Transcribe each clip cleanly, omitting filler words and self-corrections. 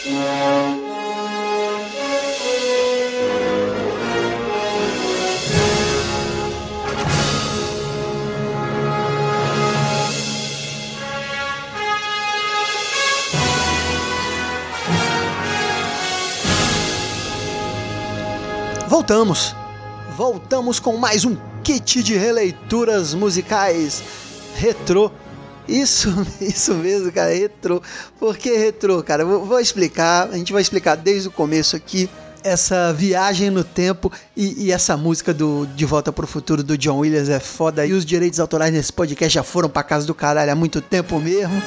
Voltamos com mais um kit de releituras musicais retrô. Isso mesmo, cara, retrô. Por que retrô, cara? Vou explicar, a gente vai explicar desde o começo aqui essa viagem no tempo e essa música do De Volta pro Futuro do John Williams é foda. E os direitos autorais nesse podcast já foram pra casa do caralho há muito tempo mesmo.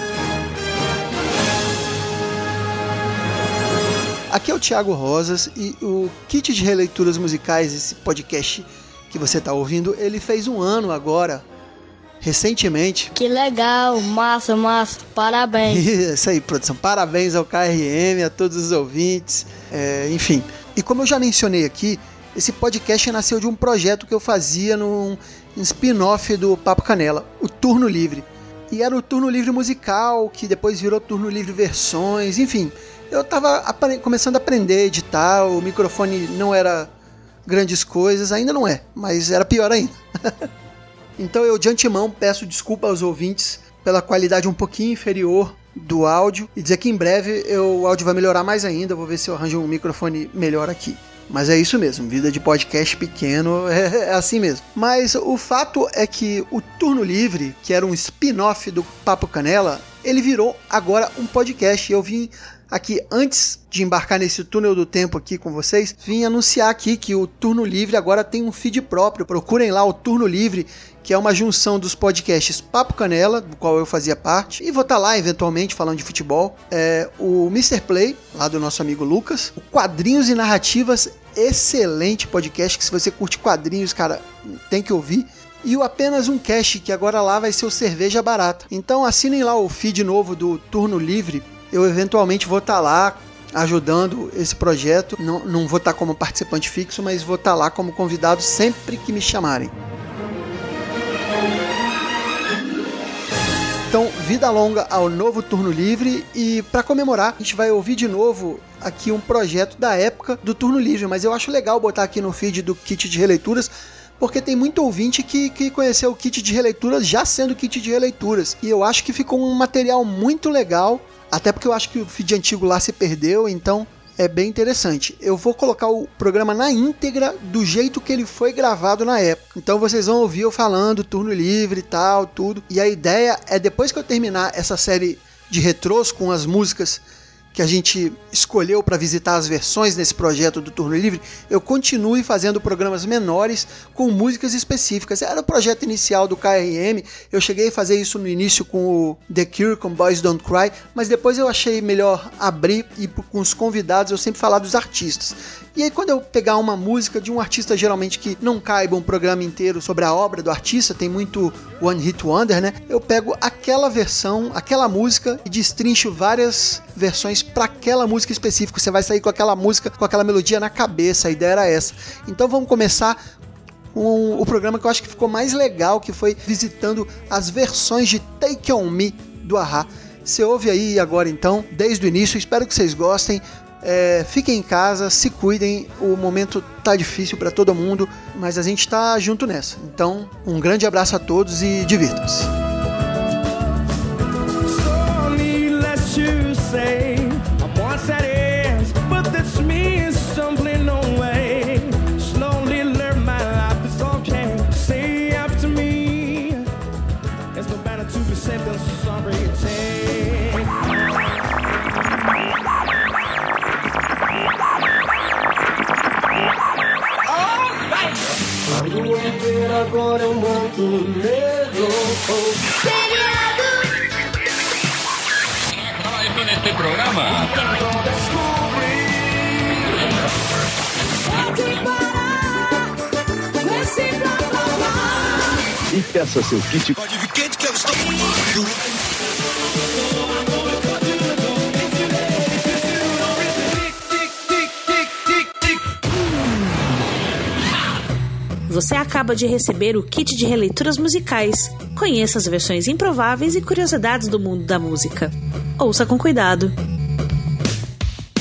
Aqui é o Thiago Rosas e o kit de releituras musicais, esse podcast que você está ouvindo, ele fez 1 ano agora, recentemente. Que legal, massa, parabéns. Isso aí, produção, parabéns ao KRM, a todos os ouvintes, enfim. E como eu já mencionei aqui, esse podcast nasceu de um projeto que eu fazia num spin-off do Papo Canela, o Turno Livre. E era o Turno Livre musical, que depois virou Turno Livre Versões, enfim. Eu tava começando a aprender a editar, o microfone não era grandes coisas, ainda não é, mas era pior ainda. Então eu de antemão peço desculpa aos ouvintes pela qualidade um pouquinho inferior do áudio e dizer que em breve o áudio vai melhorar mais ainda, eu vou ver se eu arranjo um microfone melhor aqui. Mas é isso mesmo, vida de podcast pequeno é assim mesmo. Mas o fato é que o Turno Livre, que era um spin-off do Papo Canela, ele virou agora um podcast. Eu vim aqui, antes de embarcar nesse túnel do tempo aqui com vocês, vim anunciar aqui que o Turno Livre agora tem um feed próprio. Procurem lá o Turno Livre, que é uma junção dos podcasts Papo Canela, do qual eu fazia parte, e vou estar lá eventualmente falando de futebol, o Mr. Play, lá do nosso amigo Lucas, o Quadrinhos e Narrativas, excelente podcast, que se você curte quadrinhos, cara, tem que ouvir. E o Apenas um Cast, que agora lá vai ser o Cerveja Barata. Então assinem lá o feed novo do Turno Livre. Eu eventualmente vou estar lá ajudando esse projeto. Não vou estar como participante fixo, mas vou estar lá como convidado sempre que me chamarem. Então, vida longa ao novo Turno Livre. E para comemorar, a gente vai ouvir de novo aqui um projeto da época do Turno Livre. Mas eu acho legal botar aqui no feed do kit de releituras, porque tem muito ouvinte que conheceu o kit de releituras já sendo kit de releituras. E eu acho que ficou um material muito legal. Até porque eu acho que o feed antigo lá se perdeu, então é bem interessante. Eu vou colocar o programa na íntegra do jeito que ele foi gravado na época. Então vocês vão ouvir eu falando, Turno Livre e tal, tudo. E a ideia é, depois que eu terminar essa série de retrôs com as músicas que a gente escolheu para visitar as versões nesse projeto do Turno Livre, eu continue fazendo programas menores com músicas específicas. Era o projeto inicial do KRM, eu cheguei a fazer isso no início com o The Cure, com Boys Don't Cry, mas depois eu achei melhor abrir e com os convidados eu sempre falar dos artistas. E aí quando eu pegar uma música de um artista geralmente que não caiba um programa inteiro sobre a obra do artista, tem muito One Hit Wonder, né? Eu pego aquela versão, aquela música e destrincho várias versões para aquela música específica. Você vai sair com aquela música, com aquela melodia na cabeça, a ideia era essa. Então vamos começar com o programa que eu acho que ficou mais legal, que foi visitando as versões de Take On Me do A-ha. Você ouve aí agora então, desde o início, espero que vocês gostem. Fiquem em casa, se cuidem, o momento tá difícil para todo mundo, mas a gente tá junto nessa. Então, um grande abraço a todos e divirtam-se. Agora eu monto medo. Seriado. Esto en este programa. E peça seu kit. Quente que eu estou. Você acaba de receber o kit de releituras musicais. Conheça as versões improváveis e curiosidades do mundo da música. Ouça com cuidado.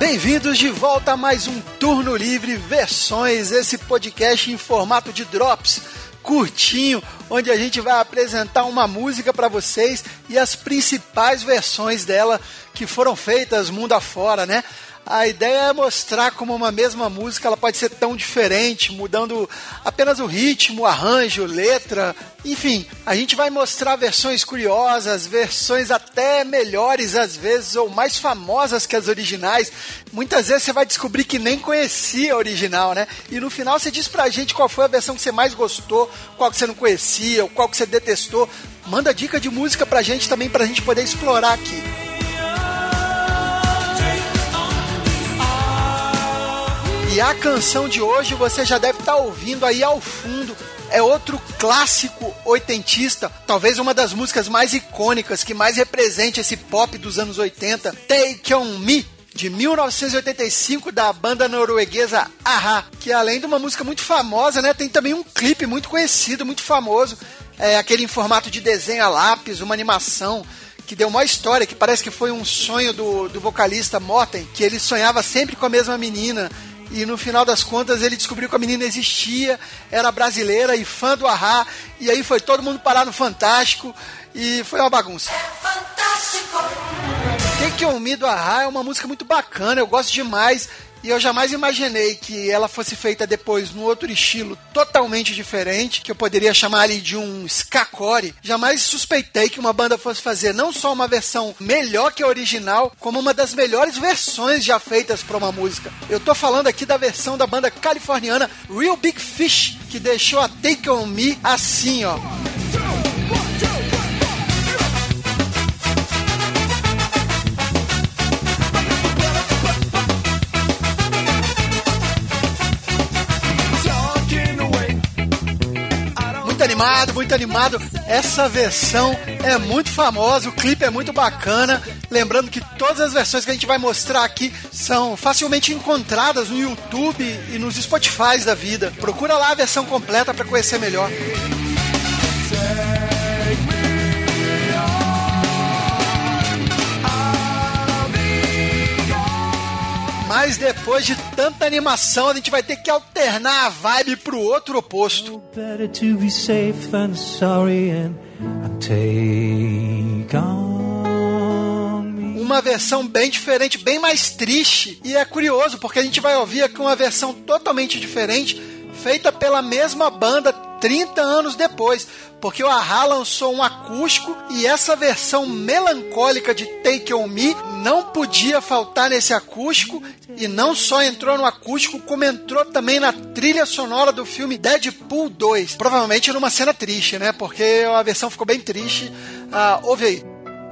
Bem-vindos de volta a mais um Turno Livre Versões, esse podcast em formato de drops, curtinho, onde a gente vai apresentar uma música para vocês e as principais versões dela que foram feitas mundo afora, né? A ideia é mostrar como uma mesma música ela pode ser tão diferente, mudando apenas o ritmo, o arranjo, letra, enfim. A gente vai mostrar versões curiosas, versões até melhores às vezes, ou mais famosas que as originais. Muitas vezes você vai descobrir que nem conhecia a original, né? E no final você diz pra gente qual foi a versão que você mais gostou, qual que você não conhecia, ou qual que você detestou. Manda dica de música pra gente também, pra gente poder explorar aqui. E a canção de hoje você já deve estar ouvindo aí ao fundo. É outro clássico oitentista, talvez uma das músicas mais icônicas, que mais represente esse pop dos anos 80. Take On Me, de 1985, da banda norueguesa a-ha, que além de uma música muito famosa, né, tem também um clipe muito conhecido, muito famoso. É aquele em formato de desenho a lápis, uma animação que deu uma história, que parece que foi um sonho do vocalista Morten, que ele sonhava sempre com a mesma menina. E no final das contas ele descobriu que a menina existia, era brasileira e fã do a-ha, e aí foi todo mundo parar no Fantástico e foi uma bagunça. É fantástico! Take On Me do a-ha é uma música muito bacana, eu gosto demais, e eu jamais imaginei que ela fosse feita depois num outro estilo totalmente diferente, que eu poderia chamar ali de um ska-core. Jamais suspeitei que uma banda fosse fazer não só uma versão melhor que a original, como uma das melhores versões já feitas para uma música. Eu tô falando aqui da versão da banda californiana Real Big Fish, que deixou a Take On Me assim, ó. Muito animado. Essa versão é muito famosa, o clipe é muito bacana. Lembrando que todas as versões que a gente vai mostrar aqui são facilmente encontradas no YouTube e nos Spotify da vida. Procura lá a versão completa para conhecer melhor. Mas depois de tanta animação, a gente vai ter que alternar a vibe pro outro oposto. Uma versão bem diferente, bem mais triste. E é curioso, porque a gente vai ouvir aqui uma versão totalmente diferente, feita pela mesma banda 30 anos depois, porque o a-ha lançou um acústico e essa versão melancólica de Take On Me não podia faltar nesse acústico, e não só entrou no acústico, como entrou também na trilha sonora do filme Deadpool 2, provavelmente numa cena triste, né, porque a versão ficou bem triste. Ouve aí.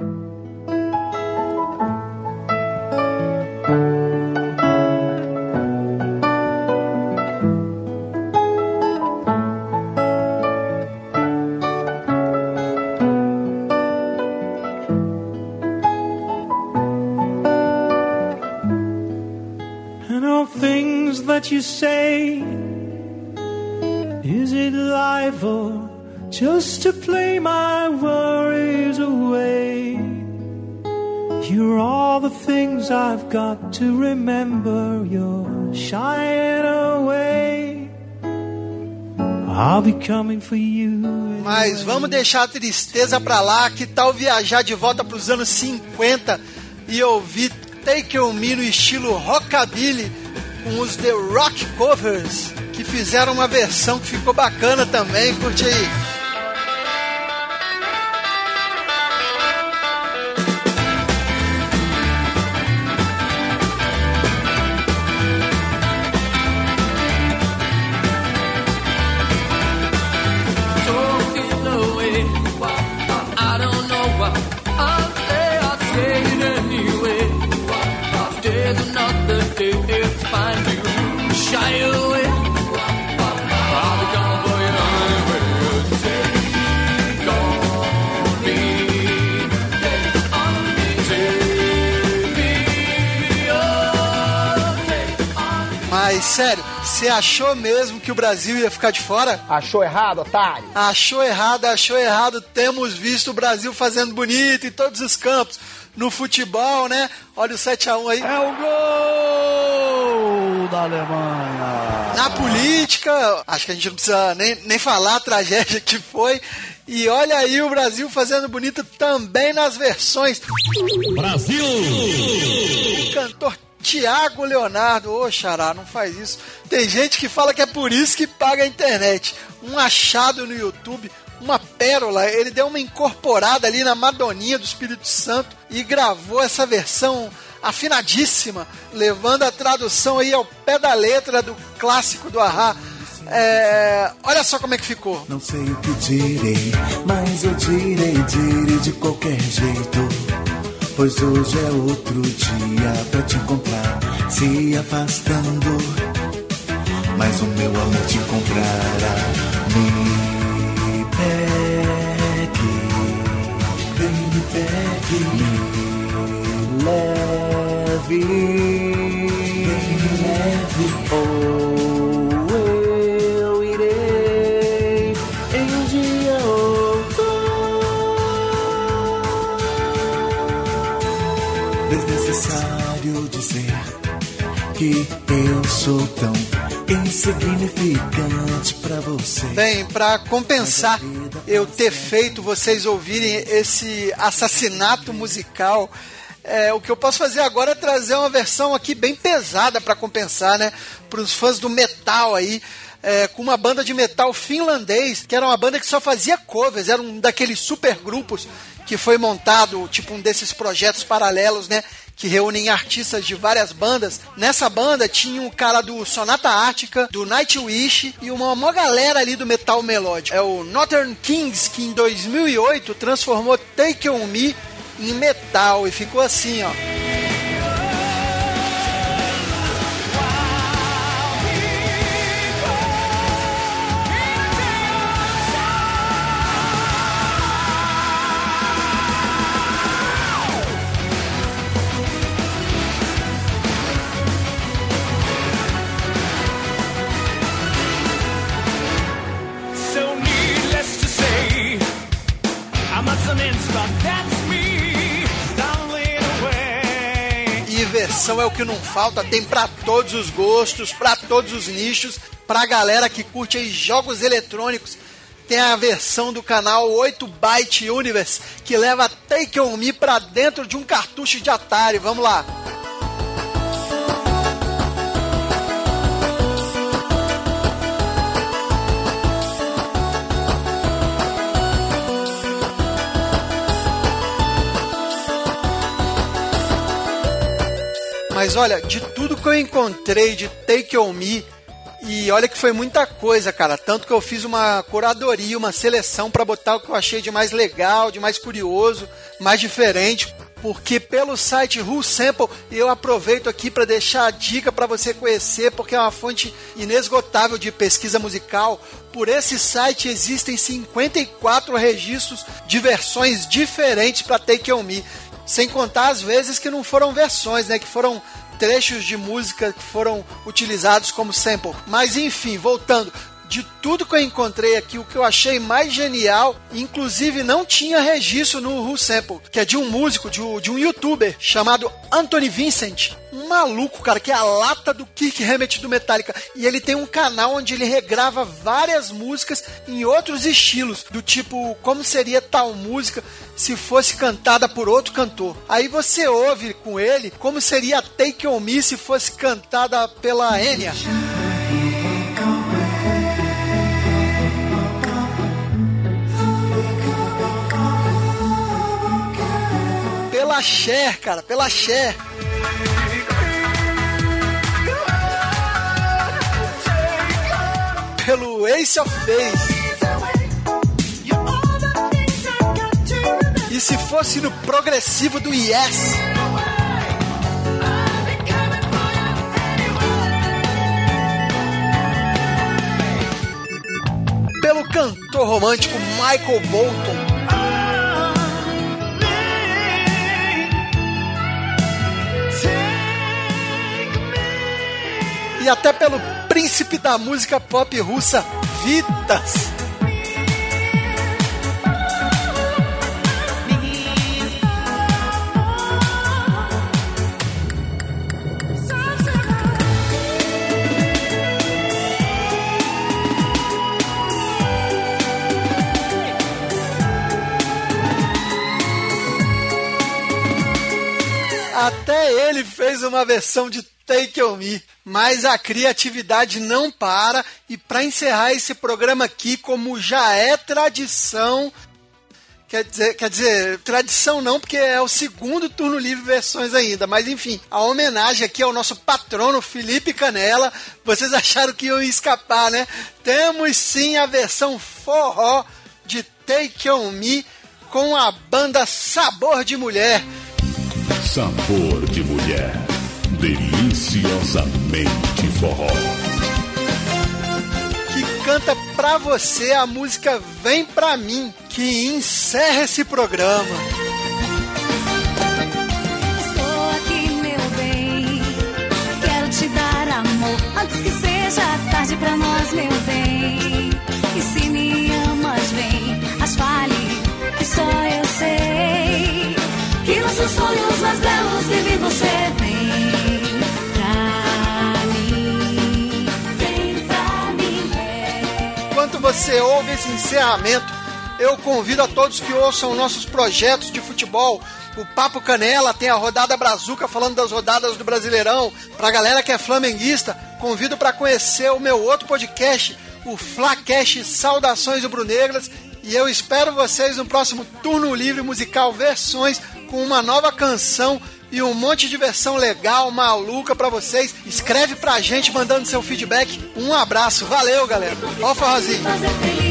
That you say, is it life or just to play my worries away? You're all the things I've got to remember, you're shying away. I'll be coming for you. Mas vamos deixar a tristeza pra lá, que tal viajar de volta pros anos 50 e ouvir Take On Me no estilo rockabilly, com os The Rock Covers, que fizeram uma versão que ficou bacana também. Curte aí. Mas sério, você achou mesmo que o Brasil ia ficar de fora? Achou errado, otário? Achou errado. Temos visto o Brasil fazendo bonito em todos os campos. No futebol, né? Olha o 7-1 aí. É o gol! da Alemanha. Na política, acho que a gente não precisa nem falar a tragédia que foi. E olha aí o Brasil fazendo bonito também nas versões. Brasil! O cantor Tiago Leonardo, ô xará, não faz isso. Tem gente que fala que é por isso que paga a internet. Um achado no YouTube, uma pérola, ele deu uma incorporada ali na Madoninha do Espírito Santo e gravou essa versão afinadíssima, levando a tradução aí ao pé da letra do clássico do A.H.A. Olha só como é que ficou. Não sei o que direi, mas eu direi de qualquer jeito. Pois hoje é outro dia pra te encontrar, se afastando. Mas o meu amor te encontrará. Me pegue, vem me pegue, me leve, vem me leve. Ou eu irei em um dia outro. Desnecessário dizer que eu sou tão insignificante pra você. Bem, pra compensar eu ter feito vocês ouvirem esse assassinato musical, o que eu posso fazer agora é trazer uma versão aqui bem pesada pra compensar, né? Pros fãs do metal aí. Com uma banda de metal finlandês, que era uma banda que só fazia covers, era um daqueles super grupos que foi montado, tipo um desses projetos paralelos, né, que reúnem artistas de várias bandas. Nessa banda tinha um cara do Sonata Ártica, do Nightwish e uma galera ali do metal melódico. É o Northern Kings, que em 2008 transformou Take On Me em metal e ficou assim, ó. E versão é o que não falta, tem pra todos os gostos, pra todos os nichos, pra galera que curte aí jogos eletrônicos. Tem a versão do canal 8-Byte Universe, que leva Take On Me pra dentro de um cartucho de Atari. Vamos lá. Mas olha, de tudo que eu encontrei de Take On Me, e olha que foi muita coisa, cara, tanto que eu fiz uma curadoria, uma seleção pra botar o que eu achei de mais legal, de mais curioso, mais diferente, porque pelo site Who Sample eu aproveito aqui para deixar a dica para você conhecer, porque é uma fonte inesgotável de pesquisa musical. Por esse site existem 54 registros de versões diferentes para Take On Me. Sem contar as vezes que não foram versões, né? Que foram trechos de música que foram utilizados como sample. Mas enfim, voltando, de tudo que eu encontrei aqui, o que eu achei mais genial, inclusive não tinha registro no Who Sample, que é de um músico, de um youtuber chamado Anthony Vincent. Um maluco, cara, que é a lata do Kirk Hammett do Metallica. E ele tem um canal onde ele regrava várias músicas em outros estilos, do tipo, como seria tal música se fosse cantada por outro cantor. Aí você ouve com ele como seria a Take On Me se fosse cantada pela Enya. Pela Cher, cara, pela Cher. Pelo Ace of Base. E se fosse no progressivo do Yes? Pelo cantor romântico Michael Bolton. E até pelo príncipe da música pop russa, Vitas. Até ele fez uma versão de Take On Me, mas a criatividade não para, e para encerrar esse programa aqui, como já é tradição, quer dizer, tradição não, porque é o segundo Turno Livre versões ainda, mas enfim, a homenagem aqui ao nosso patrono Felipe Canella. Vocês acharam que iam escapar, né? Temos sim a versão forró de Take On Me com a banda Sabor de Mulher. Sabor de Mulher, deliciosamente forró. Que canta pra você a música Vem Pra Mim, que encerra esse programa. Estou aqui, meu bem, quero te dar amor, antes que seja tarde pra nós, meu bem. E se me amas, vem, mas fale, que só eu sei, que nossos sonhos mais belos vivem você. Enquanto você ouve esse encerramento, eu convido a todos que ouçam nossos projetos de futebol. O Papo Canela tem a Rodada Brazuca falando das rodadas do Brasileirão. Pra galera que é flamenguista, convido para conhecer o meu outro podcast, o Flacast Saudações Rubro-Negras. E eu espero vocês no próximo Turno Livre Musical Versões, com uma nova canção e um monte de versão legal, maluca pra vocês. Escreve pra gente mandando seu feedback. Um abraço, valeu galera. Ó o forrozinho.